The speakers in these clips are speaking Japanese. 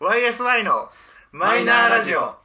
YSY のマイナーラジオ。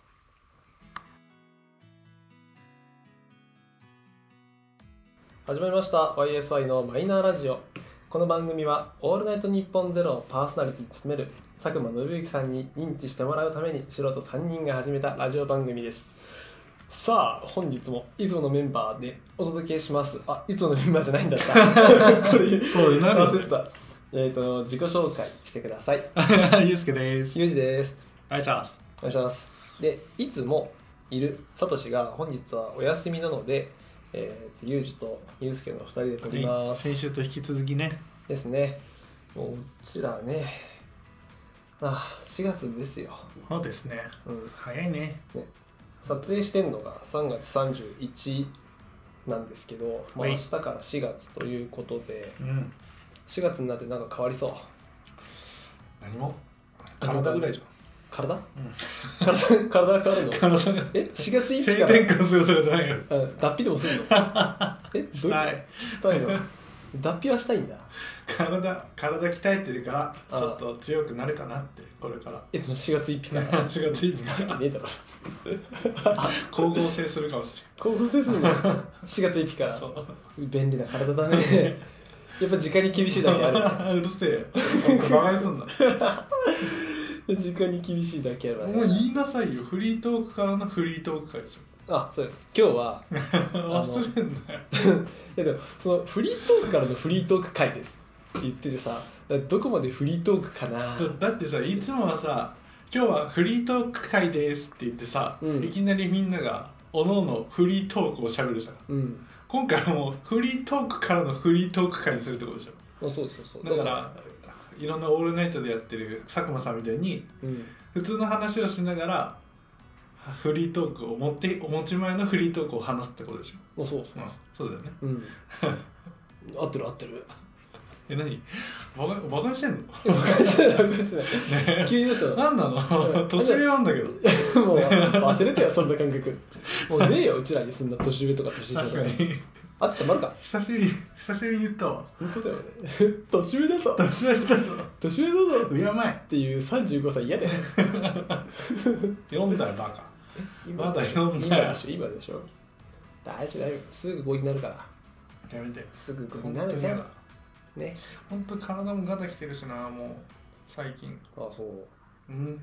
始まりました YSY のマイナーラジオ。この番組はオールナイトニッポンゼロのパーソナリティ務める佐久間信之さんに認知してもらうために素人3人が始めたラジオ番組です。さあ本日もいつものメンバーでお届けします。いつものメンバーじゃないんだったこれそうなる忘れてた。自己紹介してください。 ゆうすけです。 ゆうじです。 お願いします。 お願いします。で、いつもいるさとしが本日はお休みなので、ゆうじとゆうすけの2人で撮ります。 先週と引き続きね。 ですね。もううちらね、4月ですよ。 そうですね。早いね。 撮影してんのが3月31なんですけど、明日から4月ということで、4月になってなんか変わりそう。 何も。体ぐらいじゃん。 体変わるの？ 体が 4月1日性から転換するとかじゃないよ。 脱皮でもするの？ したいの？脱皮はしたいんだ。 体鍛えてるからちょっと強くなるかなってこれから。 でも4月1日から 4月1日からねえだろ。 光合成するかもし光合成するの4月1日からそう便利な体だね。やっぱ時間に厳しいだけある。 れん。うるせえよ。バカにすんな。 時間に厳しいだけあるわね。 もう言いなさいよ。フリートークからのフリートーク会でしょ。 そうです。今日は忘れんなよ。 いやでもそのフリートークからのフリートーク会ですって言っててさ、どこまでフリートークかな。 だってさ、いつもはさ、今日はフリートーク会ですって言ってさ、いきなりみんながおのおのフリートークをしゃべるじゃん。今回はもうフリートークからのフリートーク会にするってことでしょ。 そうだからいろんなオールナイトでやってる佐久間さんみたいに、普通の話をしながらフリートークをお持ち前のフリートークを話すってことでしょ。そうだよね。 合ってる。 何バカにしてんの？ バカにしてない急にどうしたの？ 何なの？年上なんだけど。 もう忘れてよそんな感覚。もうねえようちらにそんな年上とか年下とか。 確かに。 合ってたまるか。 久しぶりに言ったわ。 本当だよね。年上だぞ。 年上だぞ。 年上だぞ。 敬えっていう35歳嫌だよ。 読んだよバカ。まだ読んだよ。 今でしょ。大丈夫。すぐ5になるから。 やめて。 すぐ5になるじゃん。ね。 ほんと体もガタきてるしな、もう最近。 そう。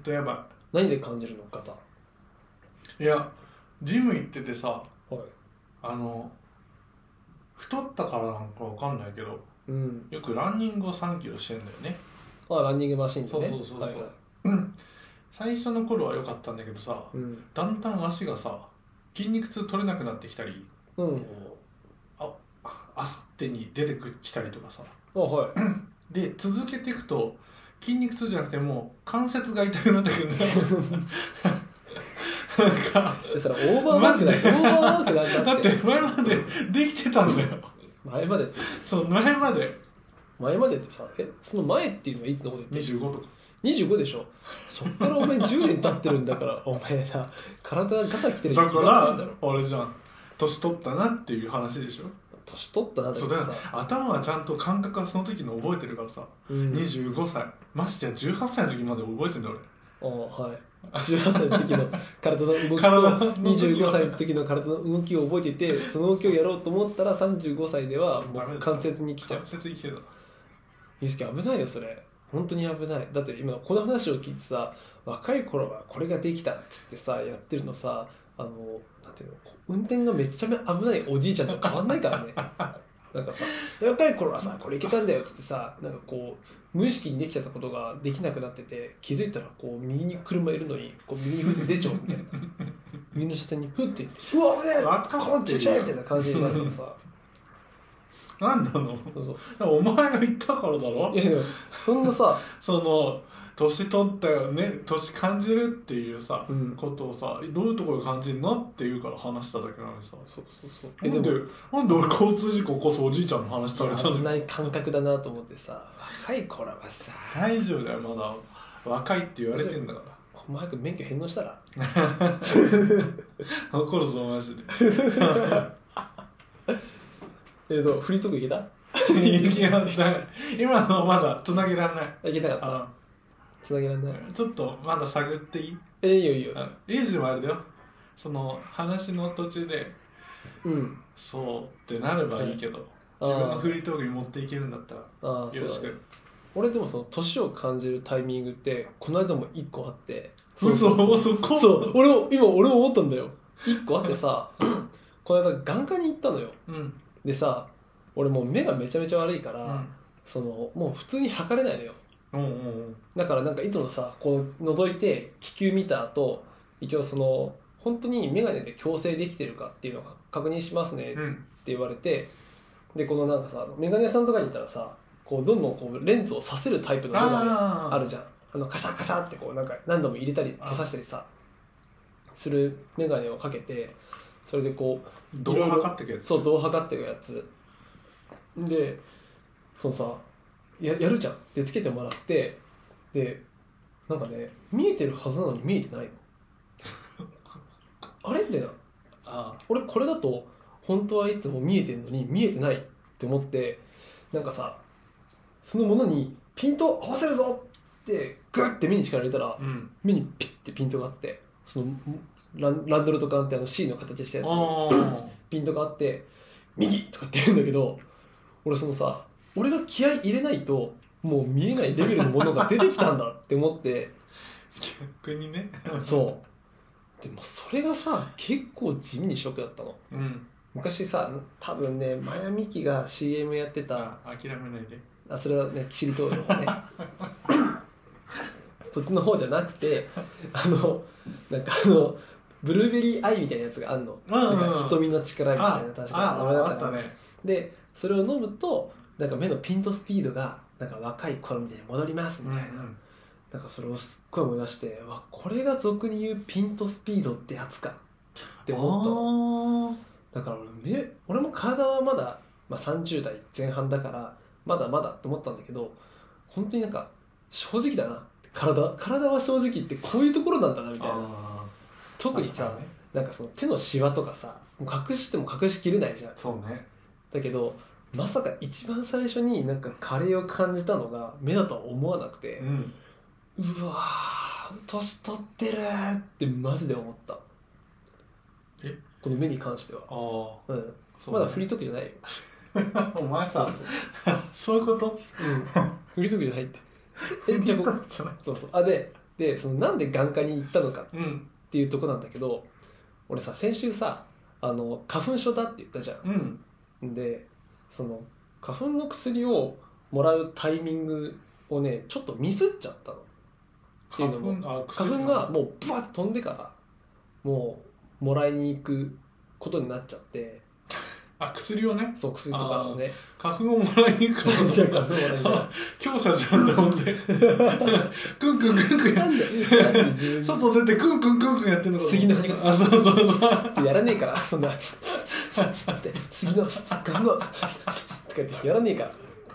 やばい。 何で感じるのガタ？ いや、ジム行っててさ、太ったからなんかわかんないけど、よくランニングを3キロしてんだよね。 ランニングマシンでね。 そう。最初の頃は良かったんだけどさ、だんだん足がさ、筋肉痛取れなくなってきたり、あさってに出てきたりとかさ。で、続けていくと、筋肉痛じゃなくてもう関節が痛くなってくるんだよ。 それオーバーワークだ。 だって前までできてたんだよ。 前までってさ、その前っていうのはいつのこと言ってる？ 25とか 25でしょ。そっからお前10年経ってるんだからお前な、体がガタきてるだから俺じゃん、年取ったなっていう話でしょ。 年取ったなってさ、 頭はちゃんと感覚はその時の覚えてるからさ、25歳ましてや18歳の時まで覚えてんだ俺。 18歳の時の体の動きと25歳の時の体の動きを覚えていて、その動きをやろうと思ったら35歳ではもう関節に来ちゃう。 関節に来てた。 ゆうすけ危ないよそれ。本当に危ない。だって今この話を聞いてさ、若い頃はこれができたっつってさやってるのさ、なんていうの、運転がめっちゃ危ないおじいちゃんと変わんないからね。なんかさ、若い頃はさこれいけたんだよっつってさ、なんかこう無意識にできちゃったことができなくなってて、気づいたらこう右に車いるのにこう右に振って出ちゃうみたいな。右の下にフッてうわ危ねえこっちちゃえみたいな感じになるからさ。 なんなの？お前が言ったからだろ。 いやでもそんなさ、 年取ったよね、年感じるっていうさ、ことをさ、どういうところ感じるのって言うから話しただけなのにさ。そうなんで俺交通事故起こすおじいちゃんの話されたの？ 危ない感覚だなと思ってさ、若い頃はさ大丈夫だよ、まだ若いって言われてんだから。 お前早く免許返納したら怒るぞマジで。 フリートークいけた？ 今のはまだ繋げられない。 いけなかった。 つなげられない。 ちょっとまだ探っていい？ いいよいいよ。 エイジもあれだよ、その話の途中でそうってなればいいけど、自分のフリートークに持っていけるんだったらよろしく。 俺でもその年を感じるタイミングってこの間も1個あって、 そこそう俺も思ったんだよ。1個あってさこの間眼科に行ったのよ、でさ俺もう目がめちゃめちゃ悪いから、そのもう普通に測れないのよ、だからなんかいつもさこう覗いて気球見た後一応その本当に眼鏡で矯正できてるかっていうのが確認しますねって言われて、でこのなんかさ眼鏡屋さんとかに行ったらさこうどんどんこうレンズをさせるタイプの眼鏡あるじゃん。カシャカシャってこうなんか何度も入れたり消さしたりさする眼鏡をかけて、それでこう度を測っていくやつ。 そう度を測っていくやつで、そのさやるじゃん。でつけてもらって、でなんかね見えてるはずなのに見えてないのあれってな、俺これだと本当はいつも見えてんのに見えてないって思って、なんかさそのものにピント合わせるぞってグッて目に力入れたら、目にピッてピントがあって、そのランドルとかってC の形したやつにピントがあって右とかって言うんだけど、俺そのさ俺が気合い入れないともう見えないレベルのものが出てきたんだって思って逆にねそうでもそれがさ結構地味にショックだったの、昔さ多分ねマヤミキが CM やってた諦めないで、 それはねキシリトールのねそっちの方じゃなくてなんかブルーベリーアイみたいなやつがあるの、なんか瞳の力みたいな、確か名前だったね。でそれを飲むとなんか目のピントスピードがなんか若い頃みたいに戻りますみたいな、なんかそれをすっごい思い出して、わこれが俗に言うピントスピードってやつかって思ったの。だから俺も体はまだ、30代前半だからまだまだって思ったんだけど、本当になんか正直だな、体は正直ってこういうところなんだなみたいな。特にさ、なんかその手のシワとかさもう隠しても隠しきれないじゃん。 そうね。 だけどまさか一番最初になんか加齢を感じたのが目だとは思わなくて、うわー年取ってるってマジで思った。この目に関しては。まだフリートークじゃないよお前さそういうこと？ フリートークじゃないってじゃあそうでそのなんで眼科に行ったのかっていうとこなんだけど、俺さ先週さ花粉症だって言ったじゃん、でその花粉の薬をもらうタイミングをねちょっとミスっちゃったの。っていうのも花粉がもうブワッと飛んでからもうもらいに行くことになっちゃって、 薬をね、 そう薬とかをね、 花粉をもらいに行くことじゃ花粉もらいに行く強者じゃんと思ってクンクンクンクンやって外出てクンクンクンクンやってんのか杉の張り方そうやらねえからそんな杉の花粉をとかってやらねえから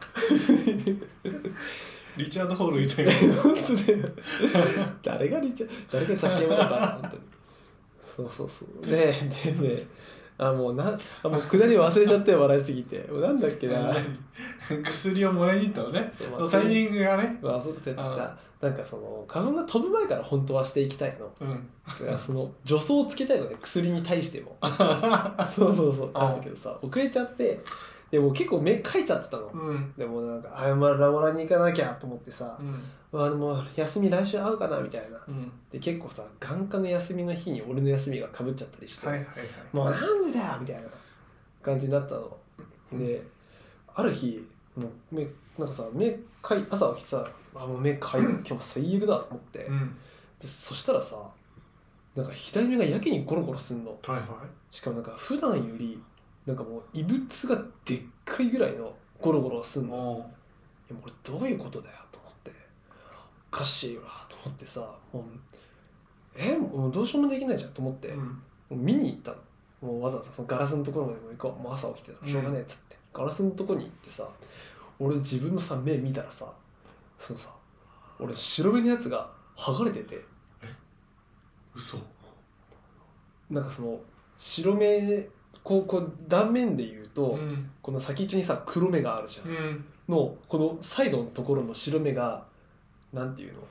リチャード・ホールみたいな本当だよ誰がザキヤマだから本当にそうでもう下り忘れちゃって笑いすぎてなんだっけな薬をもらいに行ったのね、タイミングがねそうってさ、なんかその花粉が飛ぶ前から本当はしていきたいの、だからその助走をつけたいのね薬に対してもそうなんだけどさ遅れちゃって、でも結構目かいちゃってたの、でもなんかもらいに行かなきゃと思ってさ、でも休み来週会うかなみたいな、で結構さ眼科の休みの日に俺の休みがかぶっちゃったりして、もうなんでだよみたいな感じになったので、ある日もうなんかさ朝起きてさもう目かいて今日最悪だと思って、でそしたらさなんか左目がやけにゴロゴロすんの、しかもなんか普段よりなんかもう異物がでっかいぐらいのゴロゴロすんの。いやもうこれどういうことだよと思って、おかしいわと思ってさ、もうどうしようもできないじゃんと思って、もう見に行ったの。もうわざわざそのガラスのところまで行こう、もう朝起きてたらしょうがねえっつって、ガラスのところに行ってさ、俺自分のさ目見たらさ、そのさ俺白目のやつが剥がれてて、 嘘。 なんかその白目こう断面で言うと、この先っちょにさ黒目があるじゃん、のこのサイドのところの白目がなんていうの、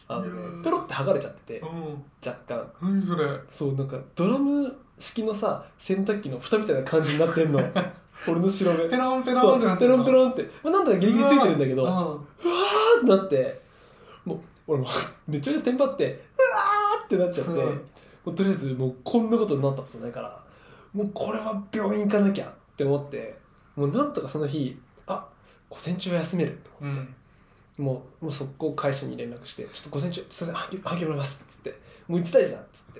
ペロって剥がれちゃってて、若干。 何それ。 そう、なんかドラム式のさ洗濯機の蓋みたいな感じになってんの俺の白目ペロンペロンってなってペロンペロンって、まあ、なんとかギリギリついてるんだけど、うわーってなって、もう俺もめちゃめちゃテンパって、うわーってなっちゃって、もうとりあえずもうこんなことになったことないから、もうこれは病院行かなきゃって思って、もうなんとかその日、午前中は休めると思って、もう速攻会社に連絡して、ちょっと午前中すいません、半休もらいますっつって、もう行きたいじゃんっつって、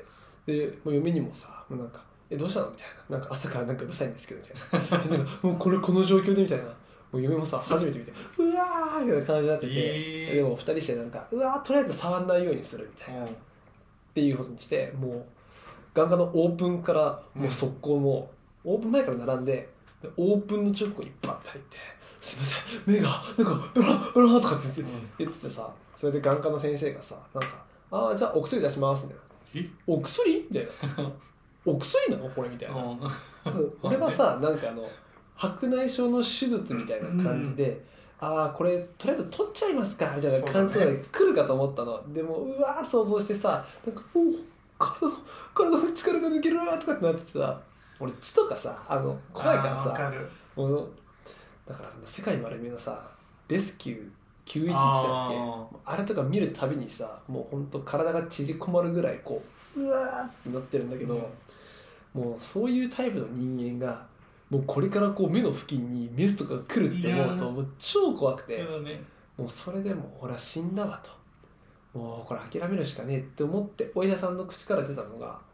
でもう嫁にもさ、もうなんかどうしたのみたいな、なんか朝からなんかうるさいんですけどみたいななんかもうこの状況でみたいな、もう嫁もさ初めて見てうわーみたいな感じになってて、でも2人してなんかうわーとりあえず触んないようにするみたいな、っていうことにして、もう眼科のオープンからもう速攻もう、オープン前から並んで、オープンの直後にバッて入って、すいません目がなんかブラブラとかって言っててさ、それで眼科の先生がさ、なんかじゃあお薬出しますみたいな、お薬みたいなお薬なのこれみたいな、俺はさ、なんか白内障の手術みたいな感じで、これとりあえず取っちゃいますかみたいな感じで来るかと思ったの。でもうわー想像してさ、なんか体の力が抜けるなとかってなってさ、俺血とかさ怖いからさ、だから世界丸見えのさレスキュー911だっけ、あれとか見るたびにさ、もうほんと体が縮こまるぐらいこうわーってなってるんだけど、もうそういうタイプの人間がもうこれからこう目の付近にメスとかが来るって思うともう超怖くて、もうそれでもう俺は死んだわと、もうこれ諦めるしかねえって思って、お医者さんの口から出たのが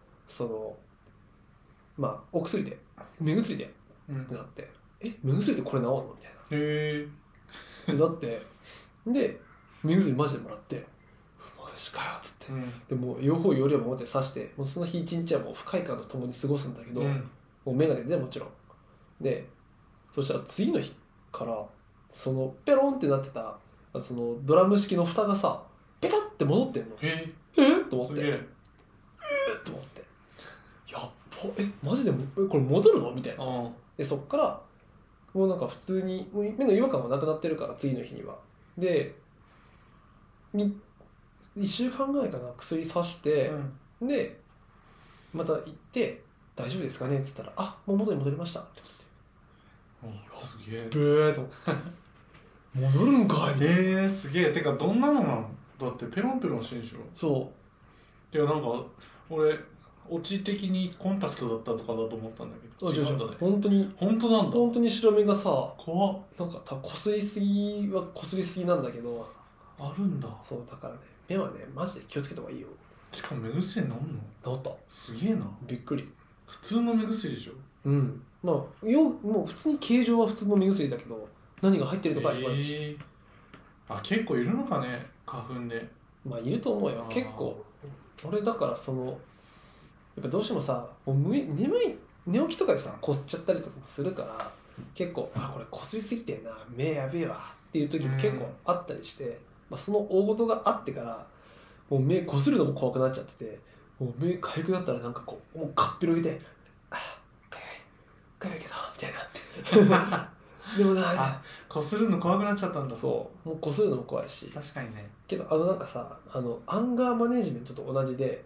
お薬で目薬でってなって、目薬でこれ治るのみたいなってなって、で目薬マジでもらってマジかよっつって、でも両方よりを持って刺して、もうその日一日はもう不快感とともに過ごすんだけど、もう眼鏡でもちろんで、そしたら次の日からそのペロンってなってたそのドラム式の蓋がさペタって戻ってんの。と思ってと思って、やっばマジでこれ戻るのみたいな。でそっからもうなんか普通にもう目の違和感はなくなってるから、次の日にはで1週間ぐらいかな薬さして、でまた行って大丈夫ですかねって言ったら、もう元に戻りましたって言って、すげえブーッと戻るんかいすげえ。てかどんなのなの？だってペロンペロンしてんでしょ。 そういやなんか俺オチ的にコンタクトだったとかだと思ったんだけど、違うんだね。本当なんだ。 本当に白目がさ、 怖っ。 なんかこすりすぎはこすりすぎなんだけど、 あるんだ。 そうだからね、目はねマジで気をつけた方がいいよ。 しかも目薬治んの？ 治った。 すげえな。 びっくり。 普通の目薬でしょ。 もう普通に形状は普通の目薬だけど、何が入ってるのか言われるし、 結構いるのかね、花粉で。 いると思うよ結構。俺だからやっぱどうしてもさ、もう寝起きとかでさこすっちゃったりとかもするから、結構これこすりすぎてんな、目やべえわっていう時も結構あったりして、その大事があってからもう目こするのも怖くなっちゃってて、もう目かゆくなったらなんかこうもうカッピロげてかゆいけどみたいなでもなこするの怖くなっちゃったんだ。 そうもうこするのも怖いし、 確かにね。 けどなんかさアンガーマネジメントと同じで、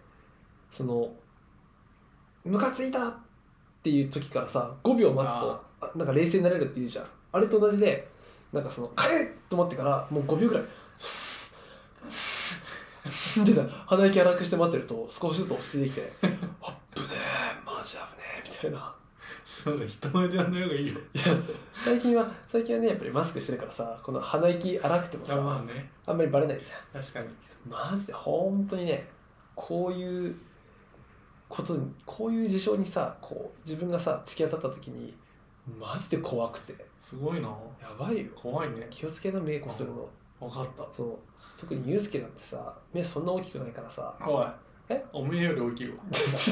ムカついたっていう時からさ5秒待つとなんか冷静になれるって言うじゃん。あれと同じで、なんかかゆいと思ってからもう5秒ぐらいで鼻息荒くして待ってると少しずつ落ち着いてきてあっぶねえマジ危ねえみたいな。 それ人前でやんない方がいいよ。 いや最近はねやっぱりマスクしてるからさ、この鼻息荒くてもさ、あんまりバレないじゃん。 確かに。 マジで本当にね、こういう事象にさ自分がさ突き当たった時にマジで怖くて、 すごいな。 やばいよ。 怖いね。 気をつけな、目こするの。 分かった。 そう特にユうスケなんてさ目そんな大きくないからさ。 おいおめえより大きいわ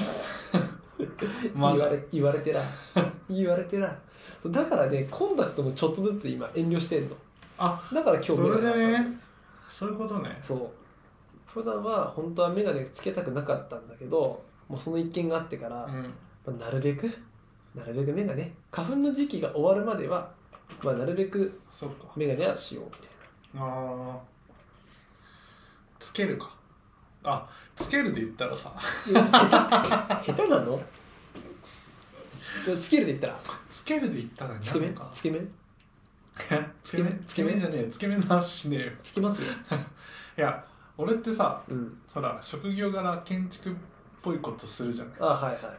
言われてらだからね、コンタクトもちょっとずつ今遠慮してんの。だから今日それでね、そういうことね。 そう普段は本当は眼鏡つけたくなかったんだけど、もうその一件があってから、なるべく眼鏡、花粉の時期が終わるまでは、なるべく眼鏡はしようみたいな。 つけるか。あ、つけるで言ったらさ下手なの？つけるで言ったらつけるで言ったらつけ麺？つけ麺？ つけ麺じゃねえよ。つけ麺の話しねえよ。 つけますよ。 いや俺ってさ、ほら職業柄建築っぽいことするじゃない。 はいはい。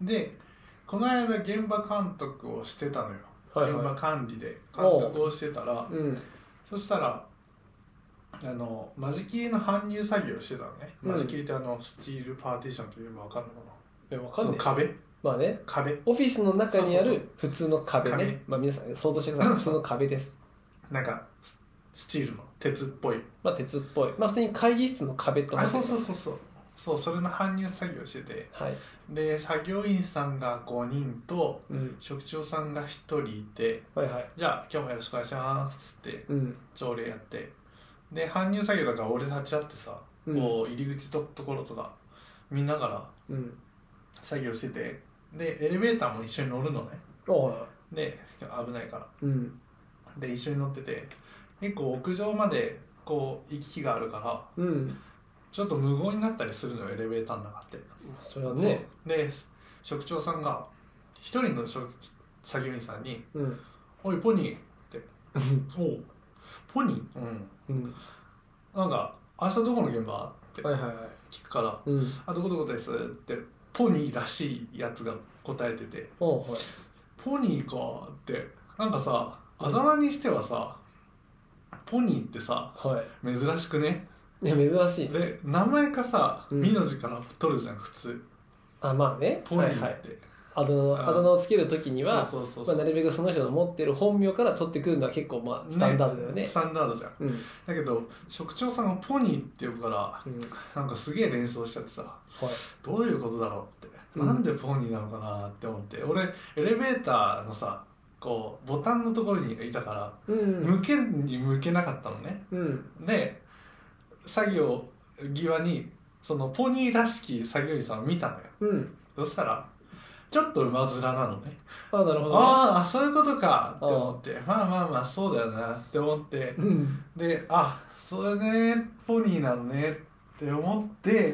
でこの間現場監督をしてたのよ、はいはい、現場管理で監督をしてたら、そしたら間仕切りの搬入作業をしてたのね、間仕切りってスチールパーティションといえば分かんのかな。 分かんない。 壁、 まあね、 壁、 オフィスの中にある普通の壁ね。まあ皆さん想像してください。普通の壁です。 なんかスチールの鉄っぽい、 まあ鉄っぽい、まあ普通に会議室の壁とか、 そうそれの搬入作業してて、 はい、 で作業員さんが5人と、職長さんが1人いて、 はいはい、 じゃあ今日もよろしくお願いしますって、朝礼やって、で搬入作業だから俺立ち会ってさ、こう入り口のところとか見ながら作業してて、でエレベーターも一緒に乗るのね。で危ないから、で一緒に乗ってて、結構屋上までこう行き来があるから、ちょっと無言になったりするのよエレベーターの中って。 それはね。 で職長さんが一人の作業員さんに「おいポニー」って「おうポニー？なんか明日どこの現場？」って聞くから「あどこどこです」ってポニーらしいやつが答えてて「ポニーか」ってなんかさあだ名にしてはさポニーってさ珍しくね。 いや珍しい。 で名前かさ、2の字から取るじゃん普通。 あまあね。 ポニーって、 あだ名をつけるときにはなるべくその人の持ってる本名から取ってくるのは結構まあスタンダードだよね。 スタンダードじゃん。だけど職長さんがポニーって呼ぶから、なんかすげえ連想しちゃってさ、どういうことだろうって、なんでポニーなのかなって思って、俺エレベーターのさこうボタンのところにいたから、向けなかったのね。で作業際にそのポニーらしき作業員さんを見たのよ、そしたらちょっと馬面なのね。 なるほどね。 ああそういうことかって思って、まあそうだよなって思って、でそれねポニーなのねって思って、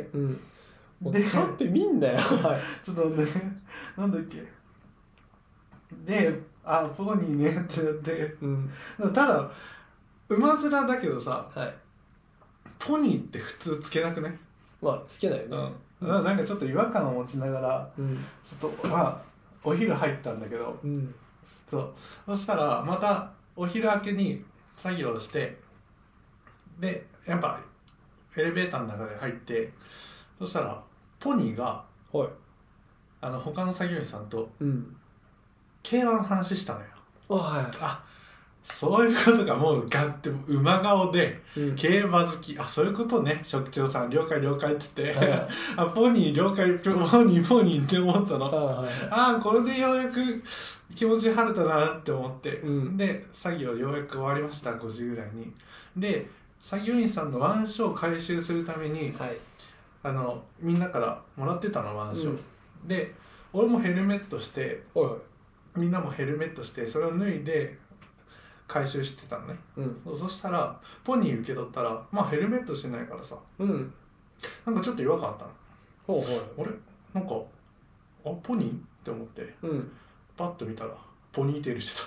でカンペ見んだよちょっとねなんだっけでポニーねってなって、ただ馬面だけどさ、ポニーって普通つけなくね？ まあつけないよね。 なんかちょっと違和感を持ちながら、ちょっとお昼入ったんだけど、そしたらまたお昼明けに作業をして、でやっぱエレベーターの中で入って、そしたらポニーが、他の作業員さんと、競馬の話したのよ。そういうことか。もうって馬顔で、競馬好き、そういうことね、職長さん了解了解っつって、ポニー了解、ポニーって思ったの。これでようやく気持ち晴れたなって思って、で作業ようやく終わりました。5時ぐらいに。で作業員さんの腕章を回収するために、みんなからもらってたの腕章、で俺もヘルメットして、みんなもヘルメットして、それを脱いで回収してたのね、そしたらポニー受け取ったら、ヘルメットしてないからさ、なんかちょっと違和感あったの。あれなんかポニーって思って、パッと見たらポニーテールして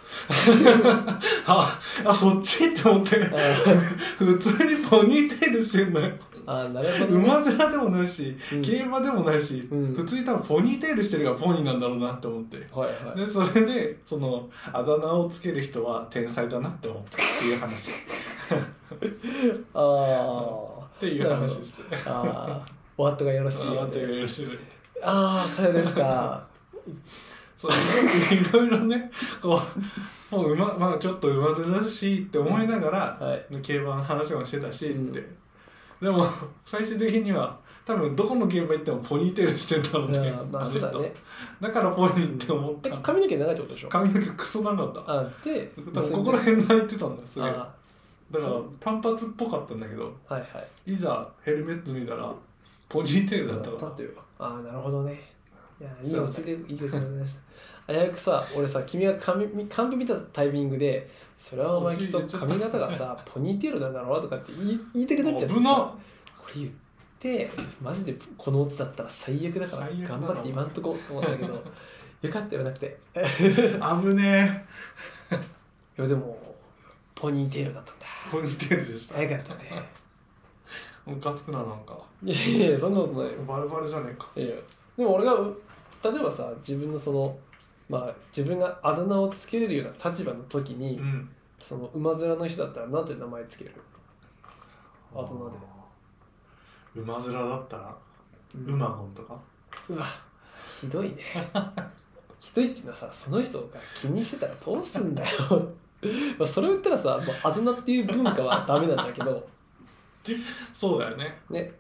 たそっちって思って普通にポニーテールしてんのよ。 なるほど、 馬面でもないし、競馬でもないし、普通に多分ポニーテールしてるからポニーなんだろうなって思って、でそれでそのあだ名をつける人は天才だなって思ったっていう話っていう話です。 お後がよろしいようで。そうですか。 そういろいろねこうもうちょっと馬面だしって思いながら、競馬の話もしてたしって、でも最終的には多分どこの現場行ってもポニーテールしてんだろうね、 そうだね。 だからポニーって思った。 髪の毛長いってことでしょ？ 髪の毛クソ長かった。 でここら辺泣いてたんだよすげえ。だから単発っぽかったんだけど、いざヘルメット見たらポニーテールだったからなるほどね。いいおつでいいことになりました。危うくさ、俺さ、君がカンペ見たタイミングで、それはお前きっと髪型がさポニーテールなんだろうとかって言いたくなっちゃってさ、 れ言ってマジでこのオチだったら最悪だから最悪だな頑張って言わんとこうと思ったけどよかったよなくて危ねいやでもポニーテールだったんだ。 ポニーテールでした。 よかったね。 ムカつくな、なんかいやいやそんなことないよ。 バレバレじゃねえか。 いやでも俺が例えばさ自分のその自分があだ名をつけれるような立場の時に、その馬面の人だったら何て名前つける？あだ名で。 馬面だったら馬ゴンとか。 うわひどいね。ひどいっていうのはさその人が気にしてたらどうすんだよ。それを言ったらさもうあだ名っていう文化はダメなんだけど。 そうだよね。 ね。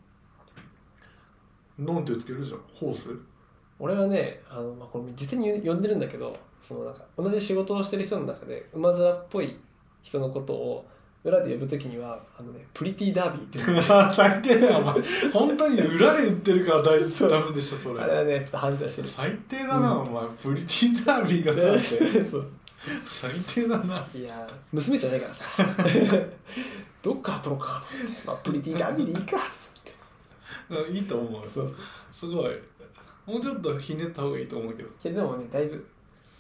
なんてつけるじゃん。ホース？ 俺はねこれ実際に呼んでるんだけどそのなんか同じ仕事をしてる人の中で馬面っぽい人のことを裏で呼ぶときにはプリティダービーっていう最低だよお前。本当に裏で言ってるから大事ダメでしょそれ。 あれはねちょっと反省してる。 最低だな、お前プリティダービーがさってそう最低だな。 いや娘じゃないからさどっから取ろうかと思って、プリティダービーでいいかと思って。 いいと思うよ。 そうそうすごいもうちょっとひねった方がいいと思うけど。 でもねだいぶ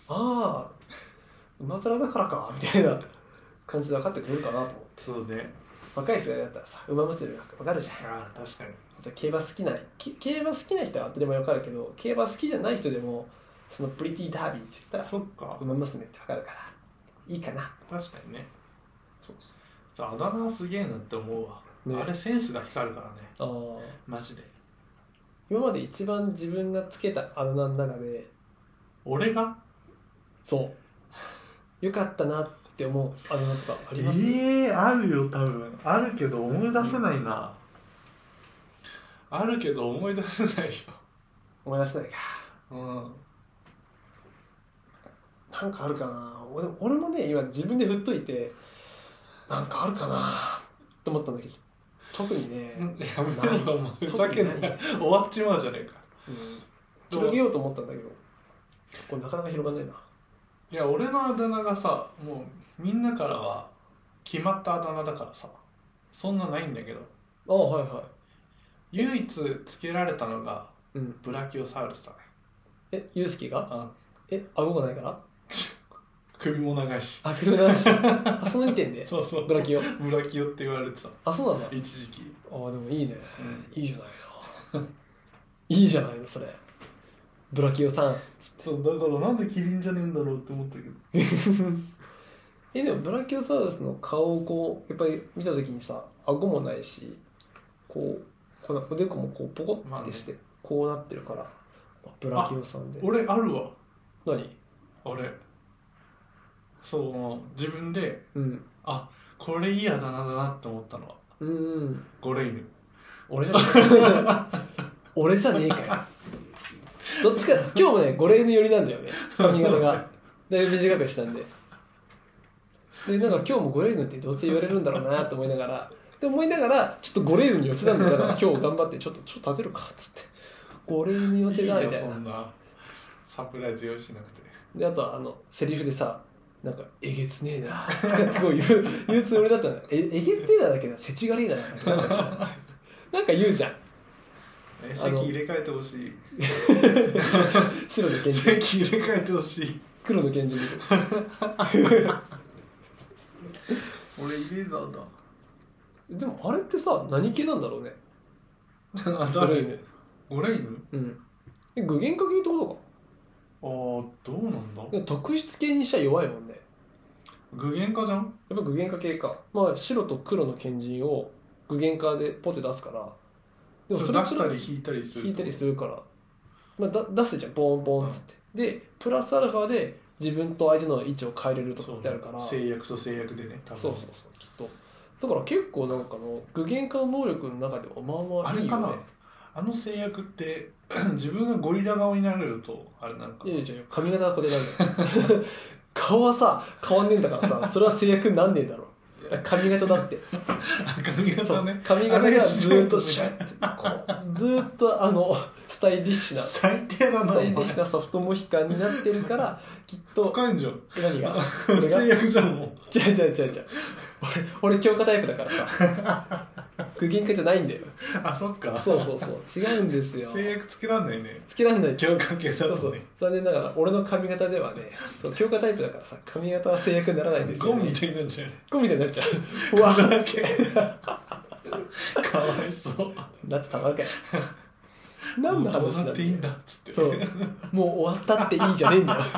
馬面だからかみたいな感じで分かってくれるかなと思って。 そうね。 若い世代だったらさ馬娘分かるじゃん。 確かに。 あと競馬好きな人は当たり前分かるけど競馬好きじゃない人でもそのプリティダービーって言ったらそっか。 馬娘って分かるからいいかな。 確かにね。 そうそじゃああだ名はすげえなって思うわ、ね、あれセンスが光るからね。マジで。 今まで一番自分がつけたあだ名の中で俺がそうよかったなって思うあだ名とかあります？ あるよ多分。あるけど思い出せないな、あるけど思い出せないよ。 思い出せないか。 うんなんかあるかな。俺もね今自分で振っといてなんかあるかなって思ったんだけど特にねやめろお前ふざけんな終わっちまうじゃねえか、 広げようと思ったんだけどこれなかなか広がんないな。 いや俺のあだ名がさもうみんなからは決まったあだ名だからさそんなないんだけどはいはい唯一つけられたのが、ブラキオサウルスだね。 ユースケが？顎がないから？ 首も長いし。 首も長いし。その時点でそうそうブラキオって言われてた。 そうなんだ。 一時期。 でもいいね、いいじゃないのいいじゃないのそれブラキオさんつって。 そうだからなんでキリンじゃねえんだろうって思ったけどでもブラキオサウルスの顔をこうやっぱり見た時にさ顎もないしこのおでこもこうポコってしてこうなってるから、ブラキオさんで。 俺あるわ。 何？ 俺そう自分で、これいいあだ名だなって思ったのはゴレイヌ。 俺じゃねえかよどっちか今日もねゴレイヌ寄りなんだよね髪型がだいぶ短くしたんでなんか今日もゴレイヌってどうせ言われるんだろうなと思いながらちょっとゴレイヌに寄せたんだから今日頑張ってちょっと立てるかっつってゴレイヌ寄せだみたいな。 そんなサプライズ用意しなくて。 であとはセリフでさなんかえげつねえなとかってこう言うつもりだったんだ。えげつねえなだけどせちがれえななんか言うじゃん。 席入れ替えてほしい白の拳銃席入れ替えてほしい黒の拳銃俺イレーザーだ。 でもあれってさ何系なんだろうねゴレイヌ具現化系ってことか。 どうなんだ。 特質系にしちゃ弱いもんね。 具現化じゃん。 やっぱ具現化系か。白と黒の拳銃を具現化でポテ出すから。 でもそれ出したり引いたりするから、出すじゃんポンポンっつって、でプラスアルファで自分と相手の位置を変えれるとかってあるから、 制約と制約でね多分。 そうきっとだから結構なんか具現化の能力の中でもまあいいよね。 あれかなあの制約って自分がゴリラ顔になれるとあれなんか。 いや髪型はこれなんだよ顔はさ変わんねえんだからさそれは制約になんねえだろ髪型だって髪型ね。 髪型がずーっとシュッてずーっとスタイリッシュな最低だなスタイリッシュなソフトモヒカンになってるからきっと使えんじゃん。 何が制約じゃんもう。 違う俺強化タイプだからさ具現化じゃないんだよ。 あ、そっか。 そう違うんですよ。 制約つけらんないね。 つけらんない。 強化系だとね。 そう残念ながら俺の髪型ではね、そう強化タイプだからさ、髪型は制約にならないんですよ、ね。 ゴンみたいになっちゃう。 ゴンみたいになっちゃう。うわだけかわいそうなってたわけ。何の話なんだっていいんだっつって。 そうもう終わったっていいじゃねえんだよ。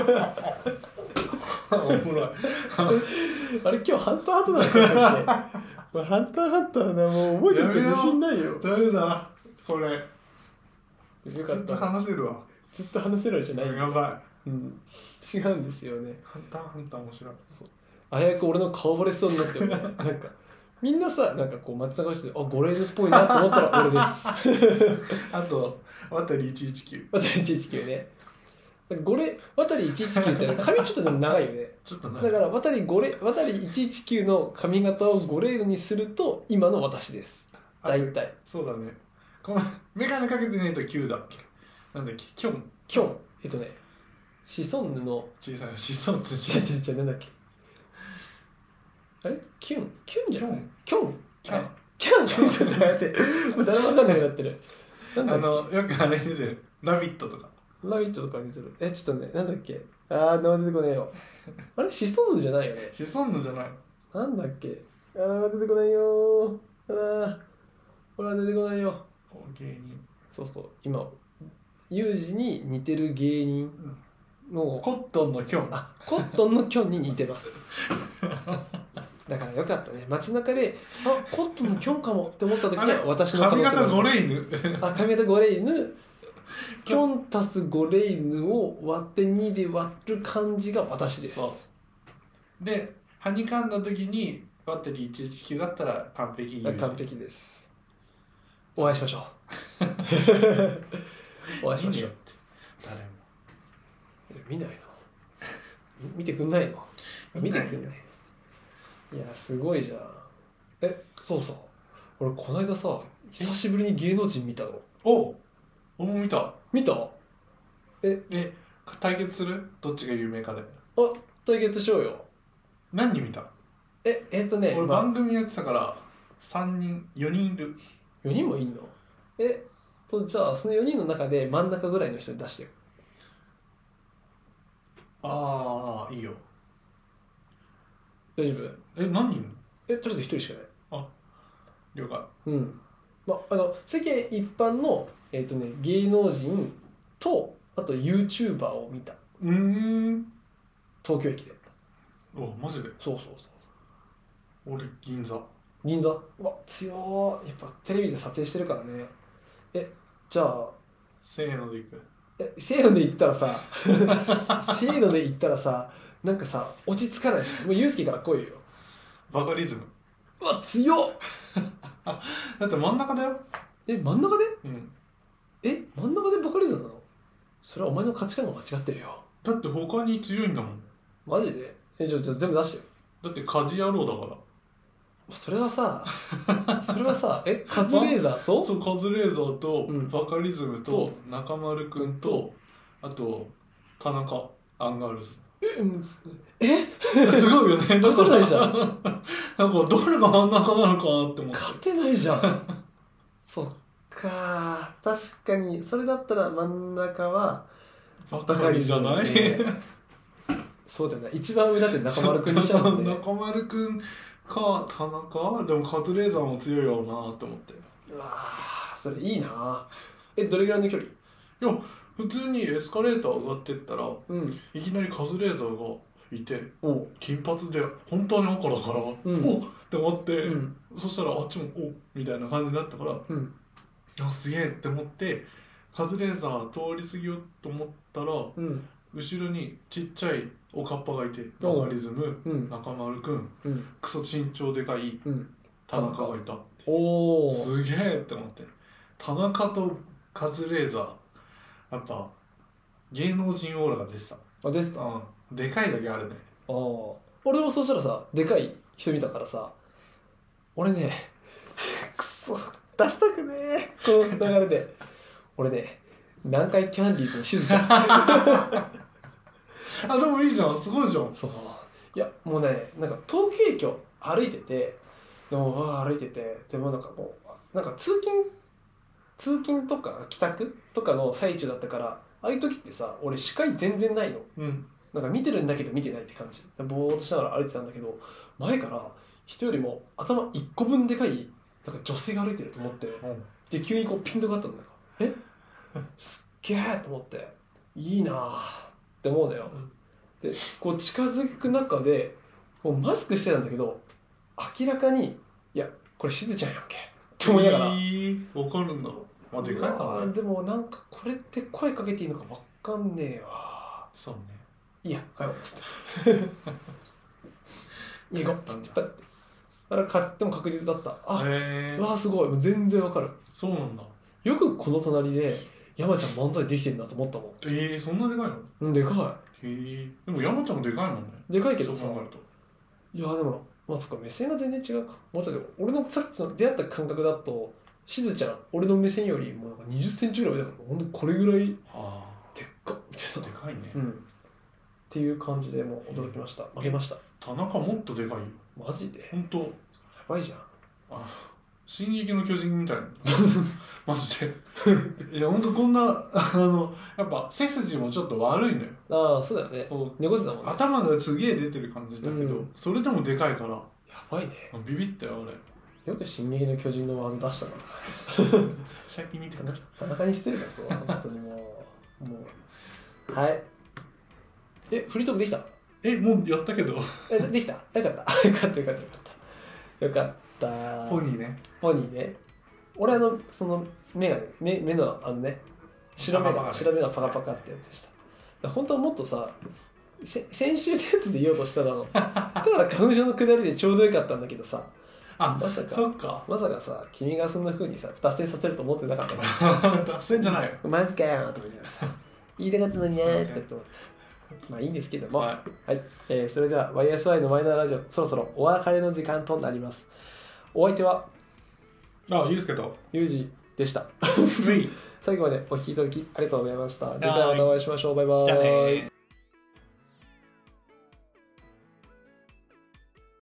おもろい。 あれ今日ハンターハンターなんですよだって。ハンターハンターだ、もう覚えてるか自信ないよ。 ダメだこれ。 よかった。 ずっと話せるわ。 ずっと話せるわじゃない。 やばい。違うんですよね。 ハンターハンター面白い。 そう。あやく俺の顔惚れしそうになってる。なんかみんなさ、なんかこう街中の人で、あ、ゴレーズっぽいなと思ったら俺です。 あと、渡り119。 渡り119ね。渡り119って髪ちょっと長いよね。 ちょっと長い。だから渡り119の髪型をゴレールにすると今の私です。大体。 そうだね。このメガネかけてないと9だっけ。なんだっけ、キョン。 シソンヌの小さいシソンヌ違うなんだっけ。あれキュンじゃないキョンちょっと待って。もう誰もわかんなくなってる。 よくあれ出てる。ラビットとか。 ラビットとかにする。ちょっとね、なんだっけ。名前出てこねえよ。あれシソンヌじゃないよね。 シソンヌじゃない。 なんだっけ。出てこないよ。ほら出てこないよ。 芸人。 そう今ユージに似てる芸人の、 コットンのキョン。 コットンのキョンに似てます。だからよかったね。街中でコットンのキョンかもって思った時には私の可能性が髪型ゴレイヌ。 髪型ゴレイヌ。キョン足すゴレイヌを割って2で割る感じが私です。 で、はにかんだ時にバッテリー119だったら完璧に。 完璧です。お会いしましょう。お会いしましょう。 誰も見ないの。見てくんないの。見てくんない。いやすごいじゃん。そうさ、俺この間さ久しぶりに芸能人見たの。 お、俺も見た。対決する？どっちが有名かで。 対決しようよ。 何人見た？俺番組やってたから4人いる。 4人もいんの？じゃあその4人の中で真ん中ぐらいの人に出してよ。 ああ、いいよ。 大丈夫？ 何人？ とりあえず1人しかない。 了解。 世間一般の芸能人とあと YouTuber を見た。東京駅で。 マジで？ そう。 俺銀座。 うわ強ー。やっぱテレビで撮影してるからね。じゃあせーのでいく？ せーので言ったらさせーので言ったらさ、なんかさ落ち着かないじゃん。もうユースケから来いよ。 バカリズム。 うわ強っ。 だって真ん中だよ。 真ん中で？ うん。 真ん中でバカリズムなの？それはお前の価値観が間違ってるよ。 だって他に強いんだもん。 マジで？じゃあ全部出してよ。 だって家事野郎だから。 それはさカズレーザーと？ そう、カズレーザーと、バカリズムと中丸くんと、あと田中アンガールズ。すごいよね。 勝てないじゃん。 なんかどれが真ん中なのかなって思って。 勝てないじゃん。そっか、確かにそれだったら真ん中はバカリじゃない？ そうだよね。一番上だって中丸くんにしちゃうんで。 中丸くんか田中？でもカズレーザーも強いよなって思って。 うわー、それいいな。どれぐらいの距離？ いや、普通にエスカレーター上がってったら、いきなりカズレーザーがいて、金髪で本当に赤だから、おっって思って、そしたらあっちもおっみたいな感じになったから、すげえって思ってカズレーザー通り過ぎようと思ったら、後ろにちっちゃいおかっぱがいて、バカリズム、中丸くん、クソ身長でかい田中がいた。すげえって思って、田中とカズレーザーやっぱ芸能人オーラが出てた。 出てた。 でかいだけあるね。 俺もそしたらさ、でかい人見たからさ、俺ねくそ出したくねえ、この流れで。俺ね、南海キャンディーズのしずちゃん。 でもいいじゃん、すごいじゃん。 そう、いやもうね、なんか東京駅を歩いてて、 でもわー歩いてて、でもなんかもうなんか通勤とか帰宅とかの最中だったから、ああいう時ってさ、俺視界全然ないの、なんか見てるんだけど見てないって感じ、ぼーっとしながら歩いてたんだけど、前から人よりも頭1個分でかいなんか女性が歩いてると思って、で急にこうピントがあったんだよ。すっげーと思って、いいなーって思うのよ、でこう近づく中でもうマスクしてたんだけど、明らかにいやこれしずちゃんやんけって思いながら、 分かるんだろう。まあでかいからね。 でもなんかこれって声かけていいのか分かんねえわ。 そうね。 いいや帰ろうっつって行こうっつってパッて、だから買っても確実だった。あ、うわすごい、もう全然分かる。 そうなんだ。よくこの隣で山ちゃん漫才できてんなと思ったもん。 そんなでかいの？ うん、でかい。 でも山ちゃんもでかいもんね。 でかいけどさ、 そう考えると。 いやでもまあそっか、目線が全然違うか。もうちょっと俺のさっきの出会った感覚だと、しずちゃん俺の目線よりもなんか20センチぐらい上だから、ほんとこれぐらいでっかみたいな。 でかいね。 っていう感じでもう驚きました。負けました。 田中もっとでかいよ。 マジで？ ほんと。やばいじゃん。 進撃の巨人みたいなマジでいやほんとこんなやっぱ背筋もちょっと悪いのよ。 ああそうだよね、猫背だもんね。 頭がすげえ出てる感じだけど、それでもでかいからやばいね。ビビったよ俺。 よく進撃の巨人のワード出したな最近見てた田中にしてるからそう本当にもうはい。フリートークできた？ もうやったけどできた？よかったよかったよかったよかったよかった。 ポニーね。 ポニーね。俺その目がね、目の白目がパカパカってやつでした。本当はもっとさ、先週のやつで言おうとしたのだから花粉症の下りでちょうどよかったんだけどさ、まさかさ、君がそんな風にさ脱線させると思ってなかったから脱線じゃないよ、 マジかよと思いながらさ、言いたかったのにーって思ってまあいいんですけども、はい、それでは YSY のマイナーラジオ、そろそろお別れの時間となります。お相手はゆうすけとゆうじでした最後までお聞きいただきありがとうございました。次回またお会いしましょう。バイバーイ。